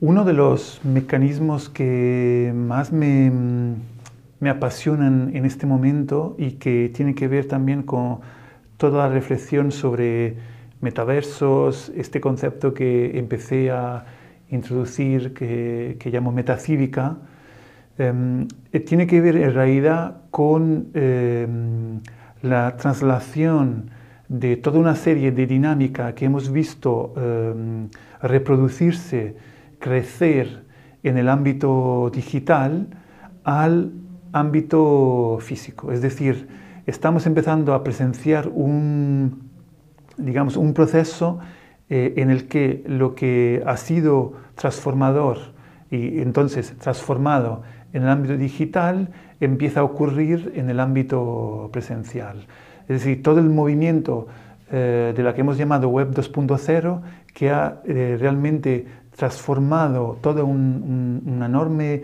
Uno de los mecanismos que más me apasionan en este momento y que tiene que ver también con toda la reflexión sobre metaversos, este concepto que empecé a introducir que llamo metacívica, tiene que ver en realidad con la traslación de toda una serie de dinámica que hemos visto reproducirse, crecer en el ámbito digital al ámbito físico. Es decir, estamos empezando a presenciar digamos, un proceso en el que lo que ha sido transformador y entonces transformado en el ámbito digital empieza a ocurrir en el ámbito presencial. Es decir, todo el movimiento de la que hemos llamado Web 2.0, que ha realmente transformado toda una enorme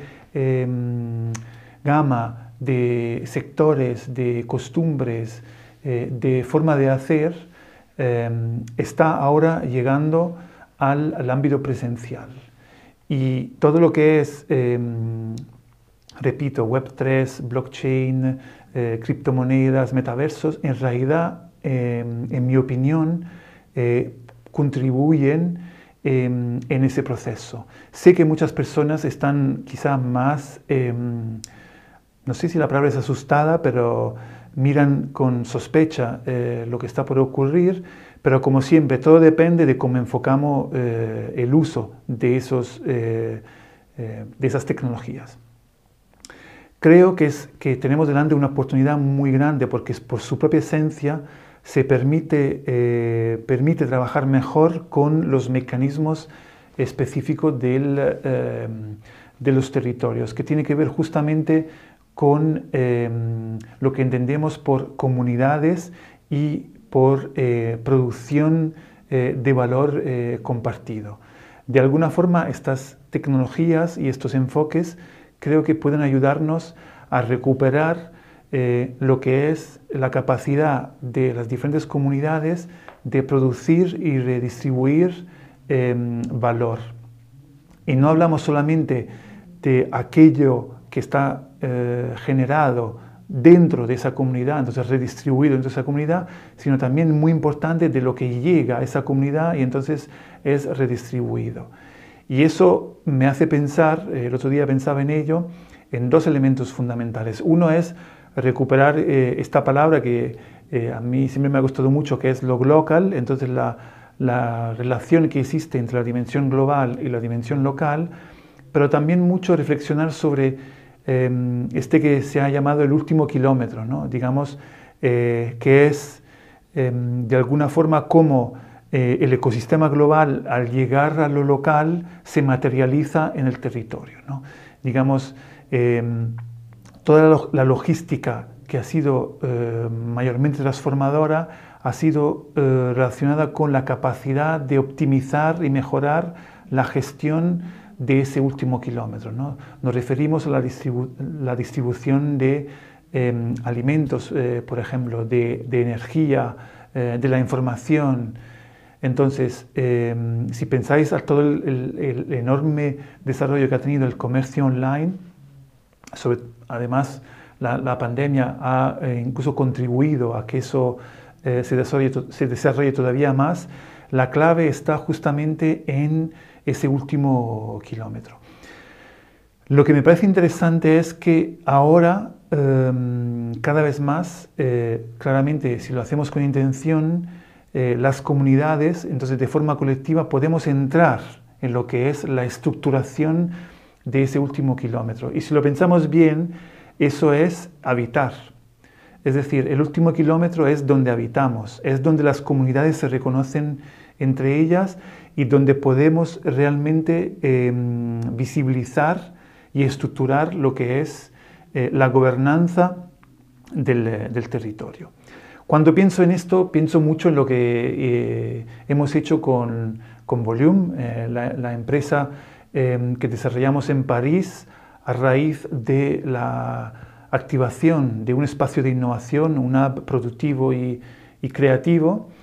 gama de sectores, de costumbres, de forma de hacer, está ahora llegando al ámbito presencial. Y todo lo que es, repito, Web3, blockchain, criptomonedas, metaversos, en realidad, en mi opinión, contribuyen en ese proceso. Sé que muchas personas están quizá más, no sé si la palabra es asustada, pero miran con sospecha lo que está por ocurrir, pero como siempre, todo depende de cómo enfocamos el uso de esas tecnologías. Creo que tenemos delante una oportunidad muy grande porque por su propia esencia se permite trabajar mejor con los mecanismos específicos de los territorios, que tiene que ver justamente con lo que entendemos por comunidades y por producción de valor compartido. De alguna forma, estas tecnologías y estos enfoques creo que pueden ayudarnos a recuperar lo que es la capacidad de las diferentes comunidades de producir y redistribuir valor. Y no hablamos solamente de aquello que está generado dentro de esa comunidad, entonces redistribuido dentro de esa comunidad, sino también muy importante de lo que llega a esa comunidad y entonces es redistribuido. Y eso me hace pensar, el otro día pensaba en ello, en dos elementos fundamentales. Uno es recuperar esta palabra que a mí siempre me ha gustado mucho, que es lo local, entonces la relación que existe entre la dimensión global y la dimensión local, pero también mucho reflexionar sobre este que se ha llamado el último kilómetro, ¿no? Digamos, que es de alguna forma cómo el ecosistema global, al llegar a lo local, se materializa en el territorio, ¿no? Digamos, toda la logística que ha sido mayormente transformadora ha sido relacionada con la capacidad de optimizar y mejorar la gestión de ese último kilómetro, ¿no? Nos referimos a la distribución de alimentos, por ejemplo, de energía, de la información. Entonces, si pensáis a todo el enorme desarrollo que ha tenido el comercio online, además la pandemia ha incluso contribuido a que eso se desarrolle todavía más, la clave está justamente en ese último kilómetro. Lo que me parece interesante es que ahora, cada vez más, claramente, si lo hacemos con intención, las comunidades, entonces de forma colectiva, podemos entrar en lo que es la estructuración de ese último kilómetro. Y si lo pensamos bien, eso es habitar. Es decir, el último kilómetro es donde habitamos, es donde las comunidades se reconocen entre ellas y donde podemos realmente visibilizar y estructurar lo que es la gobernanza del territorio. Cuando pienso en esto, pienso mucho en lo que hemos hecho con Volume, la empresa que desarrollamos en París a raíz de la activación de un espacio de innovación, un hub productivo y creativo,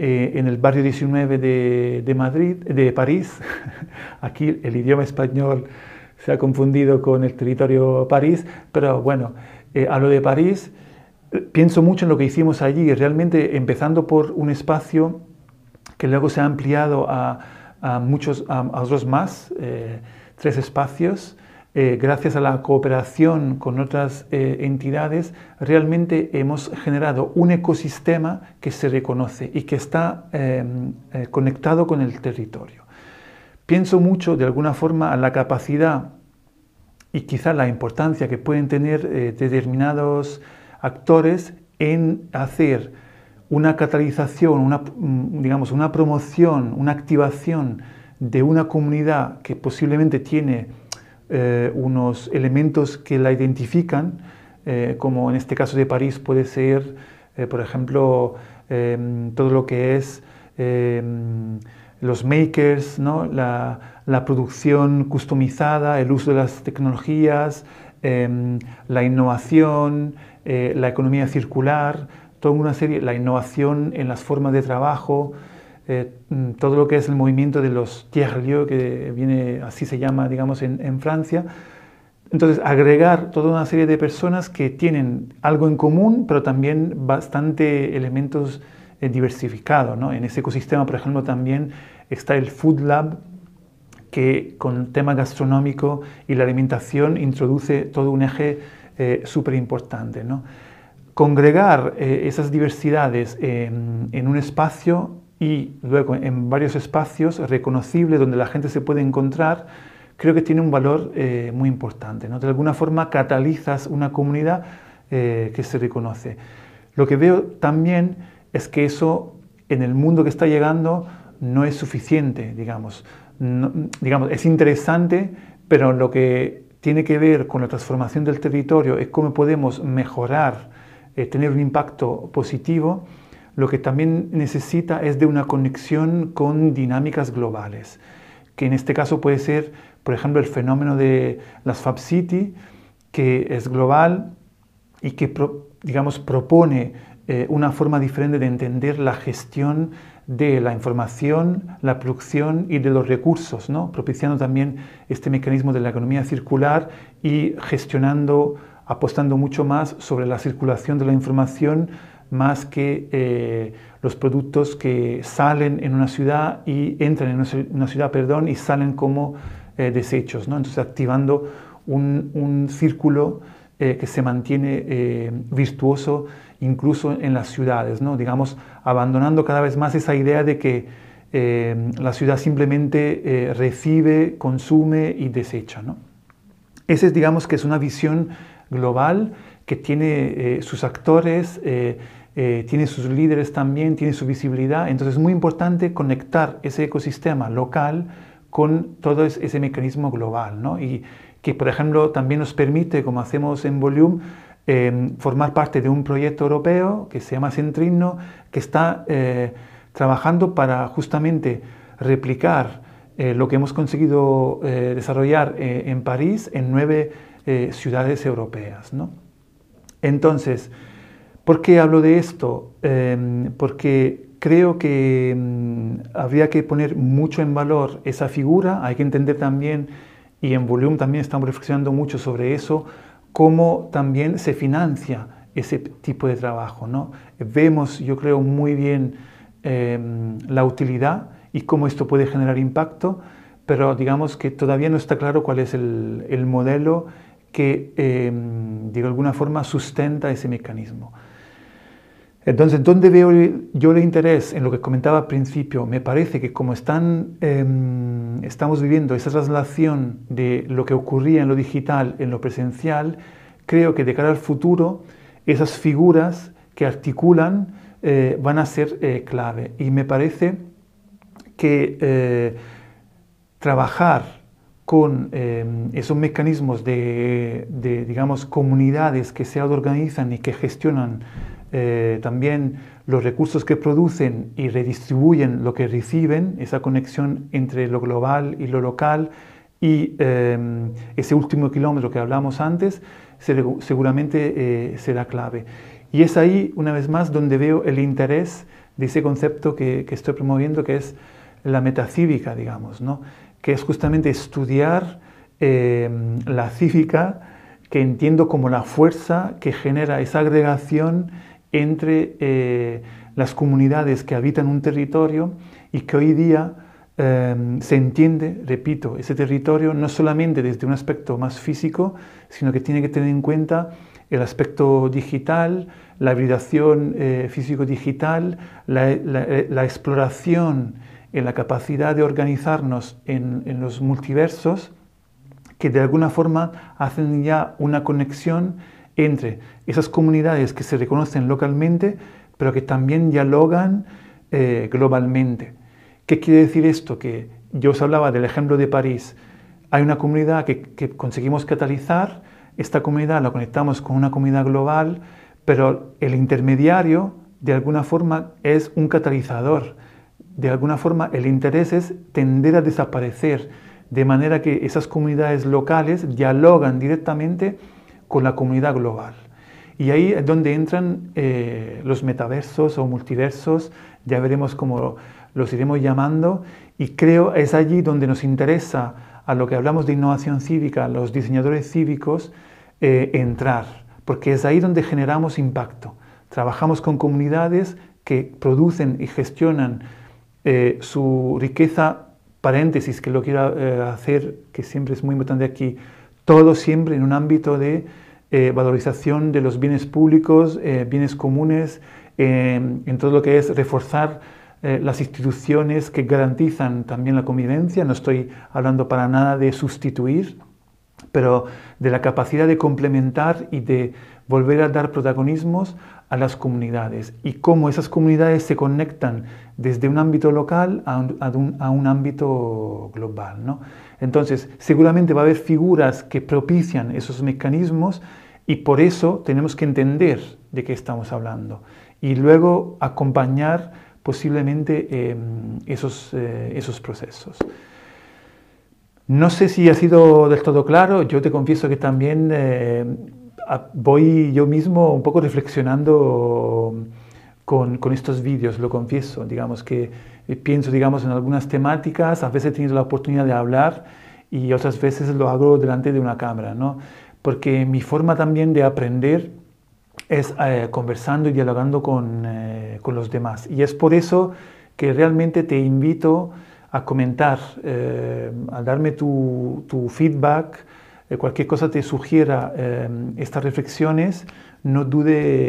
en el barrio 19 de Madrid, de París. Aquí el idioma español se ha confundido con el territorio París, pero bueno, hablo de París. Pienso mucho en lo que hicimos allí, realmente empezando por un espacio que luego se ha ampliado a otros más, 3 espacios. Gracias a la cooperación con otras entidades, realmente hemos generado un ecosistema que se reconoce y que está conectado con el territorio. Pienso mucho, de alguna forma, en la capacidad y quizá la importancia que pueden tener determinados actores en hacer una catalización, digamos, una promoción, una activación de una comunidad que posiblemente tiene unos elementos que la identifican, como en este caso de París puede ser, por ejemplo, todo lo que es los makers, ¿no? La producción customizada, el uso de las tecnologías, la innovación, la economía circular, toda una serie, la innovación en las formas de trabajo, todo lo que es el movimiento de los tiers-lieux, que viene, así se llama, digamos, en Francia. Entonces, agregar toda una serie de personas que tienen algo en común, pero también bastante elementos diversificados, ¿no? En ese ecosistema, por ejemplo, también está el Food Lab, que con tema gastronómico y la alimentación introduce todo un eje súper importante, ¿no? Congregar esas diversidades en un espacio y luego en varios espacios reconocibles donde la gente se puede encontrar, creo que tiene un valor muy importante, ¿no? De alguna forma catalizas una comunidad que se reconoce. Lo que veo también es que eso en el mundo que está llegando no es suficiente, digamos. Digamos, es interesante, pero lo que tiene que ver con la transformación del territorio es cómo podemos mejorar, tener un impacto positivo. Lo que también necesita es de una conexión con dinámicas globales, que en este caso puede ser, por ejemplo, el fenómeno de las Fab City, que es global y que, digamos, propone una forma diferente de entender la gestión de la información, la producción y de los recursos, ¿no? Propiciando también este mecanismo de la economía circular y gestionando, apostando mucho más sobre la circulación de la información más que los productos que salen en una ciudad y entran en una ciudad, perdón, y salen como desechos, ¿no? Entonces activando un círculo que se mantiene virtuoso incluso en las ciudades, ¿no? Digamos, abandonando cada vez más esa idea de que la ciudad simplemente recibe, consume y desecha, ¿no? Esa es, digamos, que es una visión global que tiene sus actores, tiene sus líderes también, tiene su visibilidad. Entonces es muy importante conectar ese ecosistema local con todo ese mecanismo global, ¿no? Y que, por ejemplo, también nos permite, como hacemos en Volume, formar parte de un proyecto europeo que se llama Centrino, que está trabajando para justamente replicar lo que hemos conseguido desarrollar en París en 9 ciudades europeas, ¿no? Entonces, ¿por qué hablo de esto? Porque creo que habría que poner mucho en valor esa figura. Hay que entender también, y en Volume también estamos reflexionando mucho sobre eso, cómo también se financia ese tipo de trabajo, ¿no? Vemos, yo creo, muy bien la utilidad y cómo esto puede generar impacto, pero digamos que todavía no está claro cuál es el modelo que de alguna forma sustenta ese mecanismo. Entonces, ¿dónde veo yo el interés? En lo que comentaba al principio, me parece que como estamos viviendo esa traslación de lo que ocurría en lo digital en lo presencial, creo que de cara al futuro esas figuras que articulan van a ser clave. Y me parece que trabajar con esos mecanismos de, digamos, comunidades que se autoorganizan y que gestionan también los recursos que producen y redistribuyen lo que reciben, esa conexión entre lo global y lo local y ese último kilómetro que hablamos antes, seguramente será clave. Y es ahí, una vez más, donde veo el interés de ese concepto que estoy promoviendo, que es la metacívica, digamos, ¿no? Que es justamente estudiar la cívica, que entiendo como la fuerza que genera esa agregación entre las comunidades que habitan un territorio y que hoy día se entiende, repito, ese territorio no solamente desde un aspecto más físico, sino que tiene que tener en cuenta el aspecto digital, la hibridación físico-digital, la exploración en la capacidad de organizarnos en los multiversos, que de alguna forma hacen ya una conexión entre esas comunidades que se reconocen localmente, pero que también dialogan globalmente. ¿Qué quiere decir esto? Que yo os hablaba del ejemplo de París. Hay una comunidad que conseguimos catalizar, esta comunidad la conectamos con una comunidad global, pero el intermediario de alguna forma es un catalizador. De alguna forma el interés es tender a desaparecer, de manera que esas comunidades locales dialogan directamente con la comunidad global. Y ahí es donde entran los metaversos o multiversos, ya veremos cómo los iremos llamando, y creo es allí donde nos interesa, a lo que hablamos de innovación cívica, los diseñadores cívicos, entrar, porque es ahí donde generamos impacto. Trabajamos con comunidades que producen y gestionan su riqueza, paréntesis, que lo quiero hacer, que siempre es muy importante aquí, todo siempre en un ámbito de valorización de los bienes públicos, bienes comunes, en todo lo que es reforzar las instituciones que garantizan también la convivencia. No estoy hablando para nada de sustituir, pero de la capacidad de complementar y de volver a dar protagonismos a las comunidades y cómo esas comunidades se conectan desde un ámbito local a un ámbito global, ¿no? Entonces, seguramente va a haber figuras que propician esos mecanismos y por eso tenemos que entender de qué estamos hablando y luego acompañar posiblemente esos procesos. No sé si ha sido del todo claro, yo te confieso que también voy yo mismo un poco reflexionando con estos vídeos, lo confieso, digamos que pienso, digamos, en algunas temáticas, a veces he tenido la oportunidad de hablar y otras veces lo hago delante de una cámara, ¿no? Porque mi forma también de aprender es conversando y dialogando con los demás. Y es por eso que realmente te invito a comentar, a darme tu feedback, cualquier cosa te sugiera estas reflexiones, no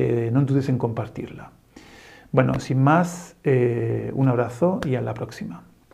dudes en compartirla. Bueno, sin más, un abrazo y a la próxima.